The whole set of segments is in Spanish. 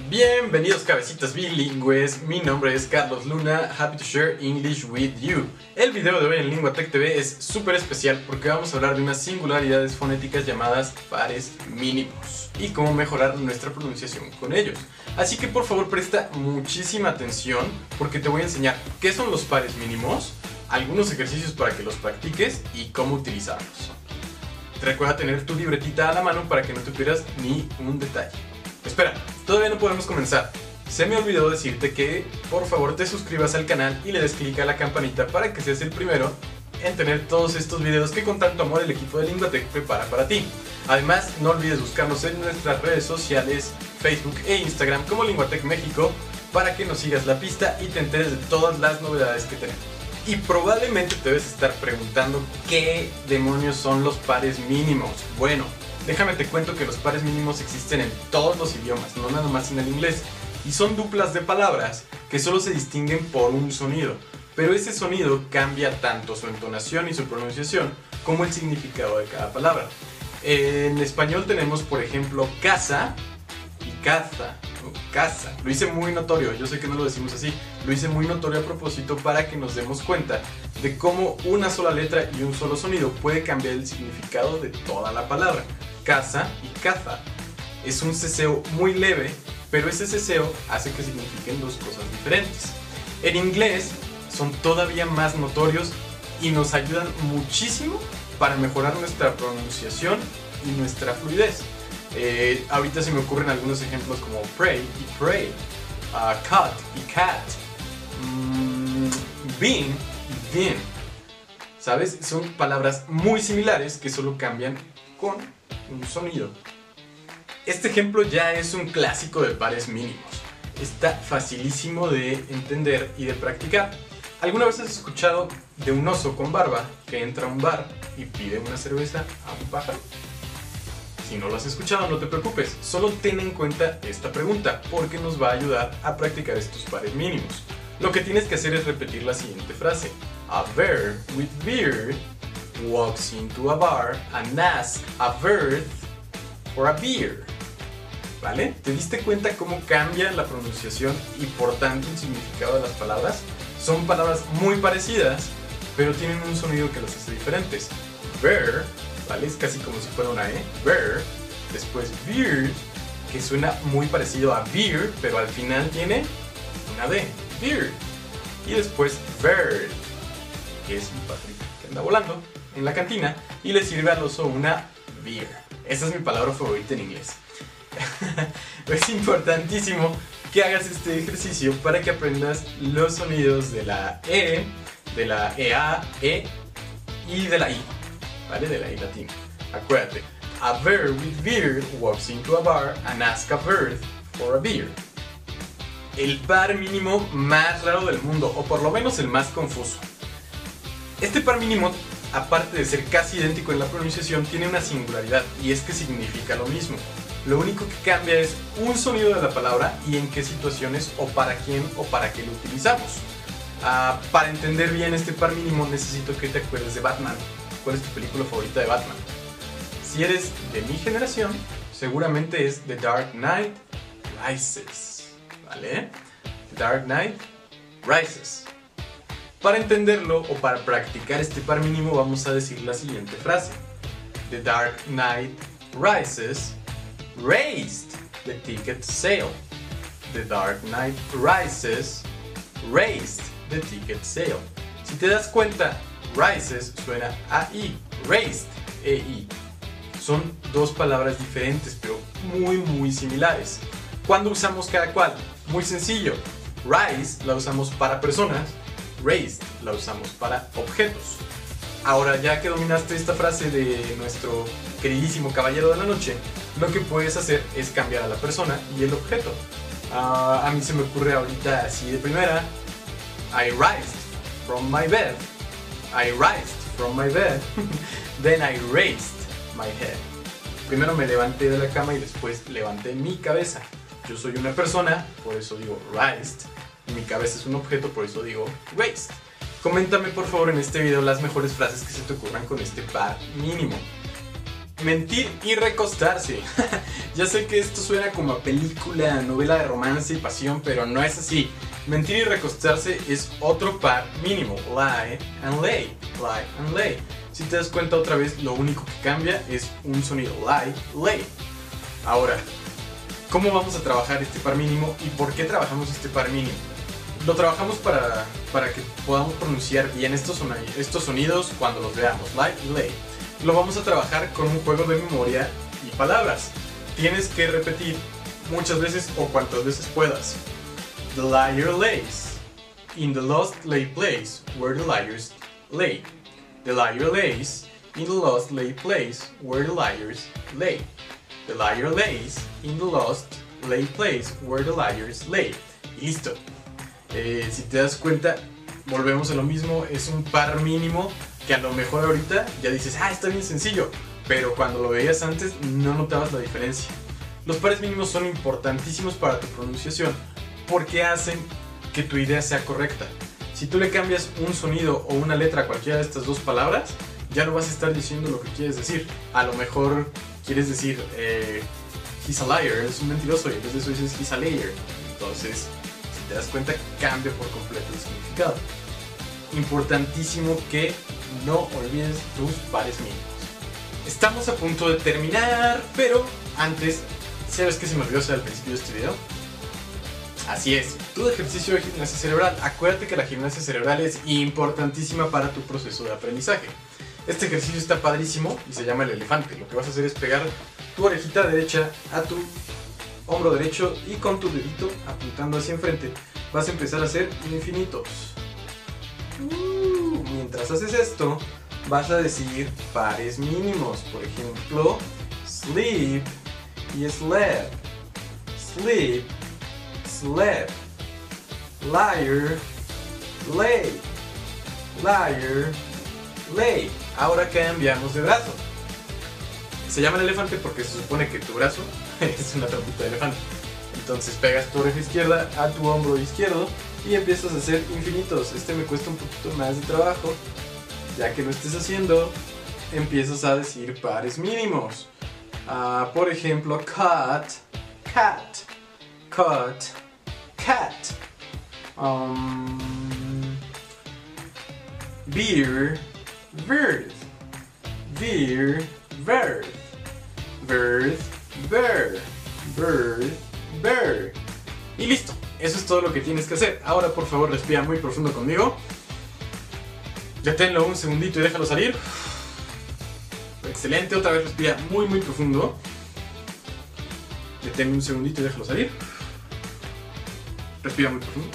Bienvenidos cabecitas bilingües, mi nombre es Carlos Luna, happy to share English with you. El video de hoy en Linguatec TV es súper especial porque vamos a hablar de unas singularidades fonéticas llamadas pares mínimos y cómo mejorar nuestra pronunciación con ellos. Así que por favor presta muchísima atención porque te voy a enseñar qué son los pares mínimos, algunos ejercicios para que los practiques y cómo utilizarlos. Recuerda tener tu libretita a la mano para que no te pierdas ni un detalle. Espera, todavía no podemos comenzar. Se me olvidó decirte que por favor te suscribas al canal y le des clic a la campanita para que seas el primero en tener todos estos videos que con tanto amor el equipo de Linguatec prepara para ti. Además, no olvides buscarnos en nuestras redes sociales, Facebook e Instagram como Linguatec México para que nos sigas la pista y te enteres de todas las novedades que tenemos. Y probablemente te debes estar preguntando qué demonios son los pares mínimos. Bueno, déjame te cuento que los pares mínimos existen en todos los idiomas, no nada más en el inglés, y son duplas de palabras que solo se distinguen por un sonido, pero ese sonido cambia tanto su entonación y su pronunciación como el significado de cada palabra. En español tenemos, por ejemplo, casa y caza. Casa. Lo hice muy notorio, yo sé que no lo decimos así, lo hice muy notorio a propósito para que nos demos cuenta de cómo una sola letra y un solo sonido puede cambiar el significado de toda la palabra. Casa y caza. Es un ceseo muy leve, pero ese ceseo hace que signifiquen dos cosas diferentes. En inglés son todavía más notorios y nos ayudan muchísimo para mejorar nuestra pronunciación y nuestra fluidez. Ahorita se me ocurren algunos ejemplos como pray y pray, cut y cat, bin y bin. ¿Sabes? Son palabras muy similares que solo cambian con un sonido. Este ejemplo ya es un clásico de pares mínimos. Está facilísimo de entender y de practicar. ¿Alguna vez has escuchado de un oso con barba que entra a un bar y pide una cerveza a un pájaro? Si no lo has escuchado, no te preocupes, solo ten en cuenta esta pregunta porque nos va a ayudar a practicar estos pares mínimos. Lo que tienes que hacer es repetir la siguiente frase. A bear with beard walks into a bar and asks a bird for a beer. ¿Vale? ¿Te diste cuenta cómo cambia la pronunciación y por tanto el significado de las palabras? Son palabras muy parecidas, pero tienen un sonido que los hace diferentes. Bear, ¿vale? Es casi como si fuera una E. Bear. Después beard, que suena muy parecido a beer, pero al final tiene una D. Beard. Y después bird, que es un pajarito que anda volando en la cantina y le sirve al oso una beer. Esa es mi palabra favorita en inglés. Es importantísimo que hagas este ejercicio para que aprendas los sonidos de la E, de la EA, E y de la I. ¿Vale? De la I latina. Acuérdate. A bear with beard walks into a bar and asks a bird for a beer. El par mínimo más raro del mundo, o por lo menos el más confuso. Este par mínimo, aparte de ser casi idéntico en la pronunciación, tiene una singularidad y es que significa lo mismo. Lo único que cambia es un sonido de la palabra y en qué situaciones o para quién o para qué lo utilizamos. Para entender bien este par mínimo necesito que te acuerdes de Batman. ¿Cuál es tu película favorita de Batman? Si eres de mi generación, seguramente es The Dark Knight Rises, ¿vale? The Dark Knight Rises. Para entenderlo o para practicar este par mínimo vamos a decir la siguiente frase. The Dark Knight Rises raised the ticket sale. The Dark Knight Rises raised the ticket sale. Si te das cuenta, rises suena a I, raised, EI. Son dos palabras diferentes, pero muy similares. ¿Cuándo usamos cada cual? Muy sencillo. Rise la usamos para personas, raised la usamos para objetos. Ahora, ya que dominaste esta frase de nuestro queridísimo caballero de la noche, lo que puedes hacer es cambiar a la persona y el objeto. A mí se me ocurre ahorita así de primera. I rised from my bed. I rised from my bed. Then I raised my head. Primero me levanté de la cama y después levanté mi cabeza. Yo soy una persona, por eso digo raised. Mi cabeza es un objeto, por eso digo raised. Coméntame por favor en este video las mejores frases que se te ocurran con este par mínimo. Mentir y recostarse. Ya sé que esto suena como a película, novela de romance y pasión, pero no es así. Mentir y recostarse es otro par mínimo. Lie and lay. Lie and lay. Si te das cuenta otra vez, lo único que cambia es un sonido. Lie, lay. Ahora, ¿cómo vamos a trabajar este par mínimo y por qué trabajamos este par mínimo? Lo trabajamos para que podamos pronunciar bien estos sonidos cuando los veamos. Lie y lay. Lo vamos a trabajar con un juego de memoria y palabras. Tienes que repetir muchas veces o cuantas veces puedas. The liar lays in the lost lay place where the liars lay. The liar lays in the lost lay place where the liars lay. The liar lays in the lost lay place where the liars lay. Y listo. Si te das cuenta, volvemos a lo mismo. Es un par mínimo que a lo mejor ahorita ya dices, está bien sencillo, pero cuando lo veías antes no notabas la diferencia. Los pares mínimos son importantísimos para tu pronunciación porque hacen que tu idea sea correcta. Si tú le cambias un sonido o una letra a cualquiera de estas dos palabras, ya no vas a estar diciendo lo que quieres decir. A lo mejor quieres decir he's a liar, es un mentiroso, y en vez de eso dices he's a liar. Entonces, si te das cuenta, cambia por completo el significado. Importantísimo que no olvides tus pares mínimos. Estamos a punto de terminar, pero antes, ¿sabes qué se me olvidó hacer al principio de este video? Así es, tu ejercicio de gimnasia cerebral. Acuérdate que la gimnasia cerebral es importantísima para tu proceso de aprendizaje. Este ejercicio está padrísimo y se llama el elefante. Lo que vas a hacer es pegar tu orejita derecha a tu hombro derecho y con tu dedito apuntando hacia enfrente vas a empezar a hacer infinitos. Mientras haces esto, vas a decir pares mínimos. Por ejemplo, sleep y slept. Sleep, slept. Liar, lay. Liar, lay. Ahora cambiamos de brazo. Se llama el elefante porque se supone que tu brazo es una trompita de elefante. Entonces pegas tu oreja izquierda a tu hombro izquierdo y empiezas a hacer infinitos. Este me cuesta un poquito más de trabajo. Ya que lo estés haciendo, empiezas a decir pares mínimos. Por ejemplo, cut, cat, cut, cat. Beer, bird, beer, bird, bird, bird, bird, bird. Y listo, eso es todo lo que tienes que hacer. Ahora por favor respira muy profundo conmigo. Deténlo un segundito y déjalo salir. Excelente, otra vez respira muy muy profundo. Deténlo un segundito y déjalo salir. Respira muy profundo.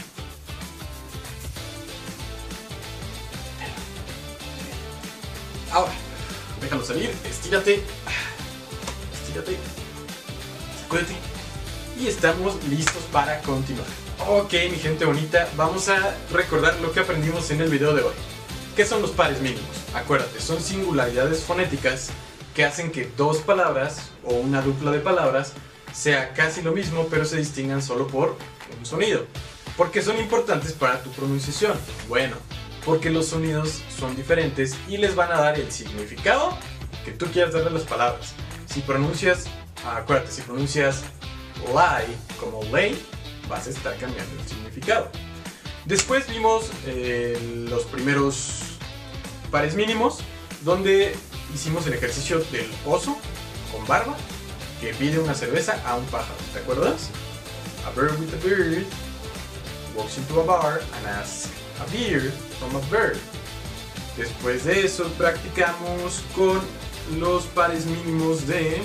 Ahora, déjalo salir, estírate. Estírate. Sacúdete. Y estamos listos para continuar. Ok, mi gente bonita, vamos a recordar lo que aprendimos en el video de hoy. ¿Qué son los pares mínimos? Acuérdate, son singularidades fonéticas que hacen que dos palabras o una dupla de palabras sea casi lo mismo, pero se distingan solo por un sonido. ¿Por qué son importantes para tu pronunciación? Bueno, porque los sonidos son diferentes y les van a dar el significado que tú quieras darle a las palabras. Si pronuncias, acuérdate, si pronuncias lie como lay, vas a estar cambiando el significado. Después vimos los primeros pares mínimos, donde hicimos el ejercicio del oso con barba que pide una cerveza a un pájaro. ¿Te acuerdas? A bird with a beard walks into a bar and asks a beer from a bird. Después de eso practicamos con los pares mínimos de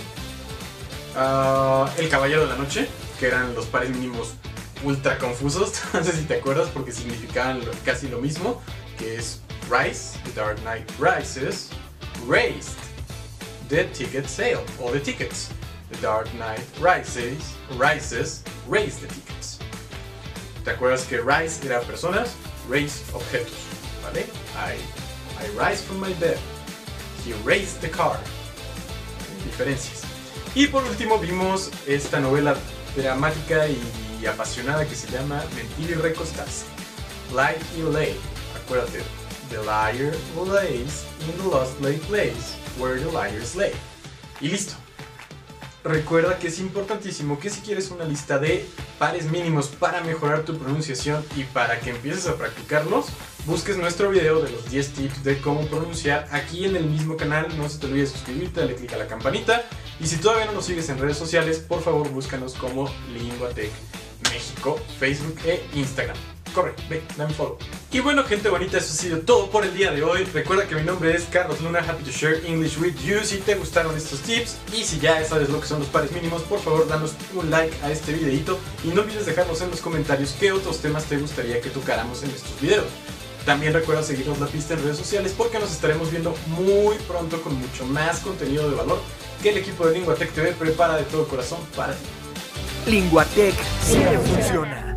El Caballero de la Noche, que eran los pares mínimos ultra confusos, no sé si te acuerdas porque significaban casi lo mismo, que es rise, the Dark Knight rises, raised, the ticket sale, o the tickets, the Dark Knight rises, raise the tickets. ¿Te acuerdas que rise era personas, raise objetos, ¿vale? I rise from my bed, he raised the car. Diferencias. Y por último vimos esta novela dramática y apasionada que se llama Mentir y recostarse. Lie y lay. Acuérdate, the liar lays in the lost lay place where the liars lay. y listo. Recuerda que es importantísimo que si quieres una lista de pares mínimos para mejorar tu pronunciación y para que empieces a practicarlos, busques nuestro video de los 10 tips de cómo pronunciar aquí en el mismo canal. No se te olvide suscribirte, dale click a la campanita. Y si todavía no nos sigues en redes sociales, por favor búscanos como Linguatec México, Facebook e Instagram. Corre, ve, dame follow. Y bueno, gente bonita, eso ha sido todo por el día de hoy. Recuerda que mi nombre es Carlos Luna, happy to share English with you. Si te gustaron estos tips y si ya sabes lo que son los pares mínimos, por favor danos un like a este videito y no olvides dejarnos en los comentarios qué otros temas te gustaría que tocáramos en estos videos. También recuerda seguirnos la pista en redes sociales porque nos estaremos viendo muy pronto con mucho más contenido de valor que el equipo de Linguatec TV prepara de todo corazón para ti. Linguatec siempre funciona.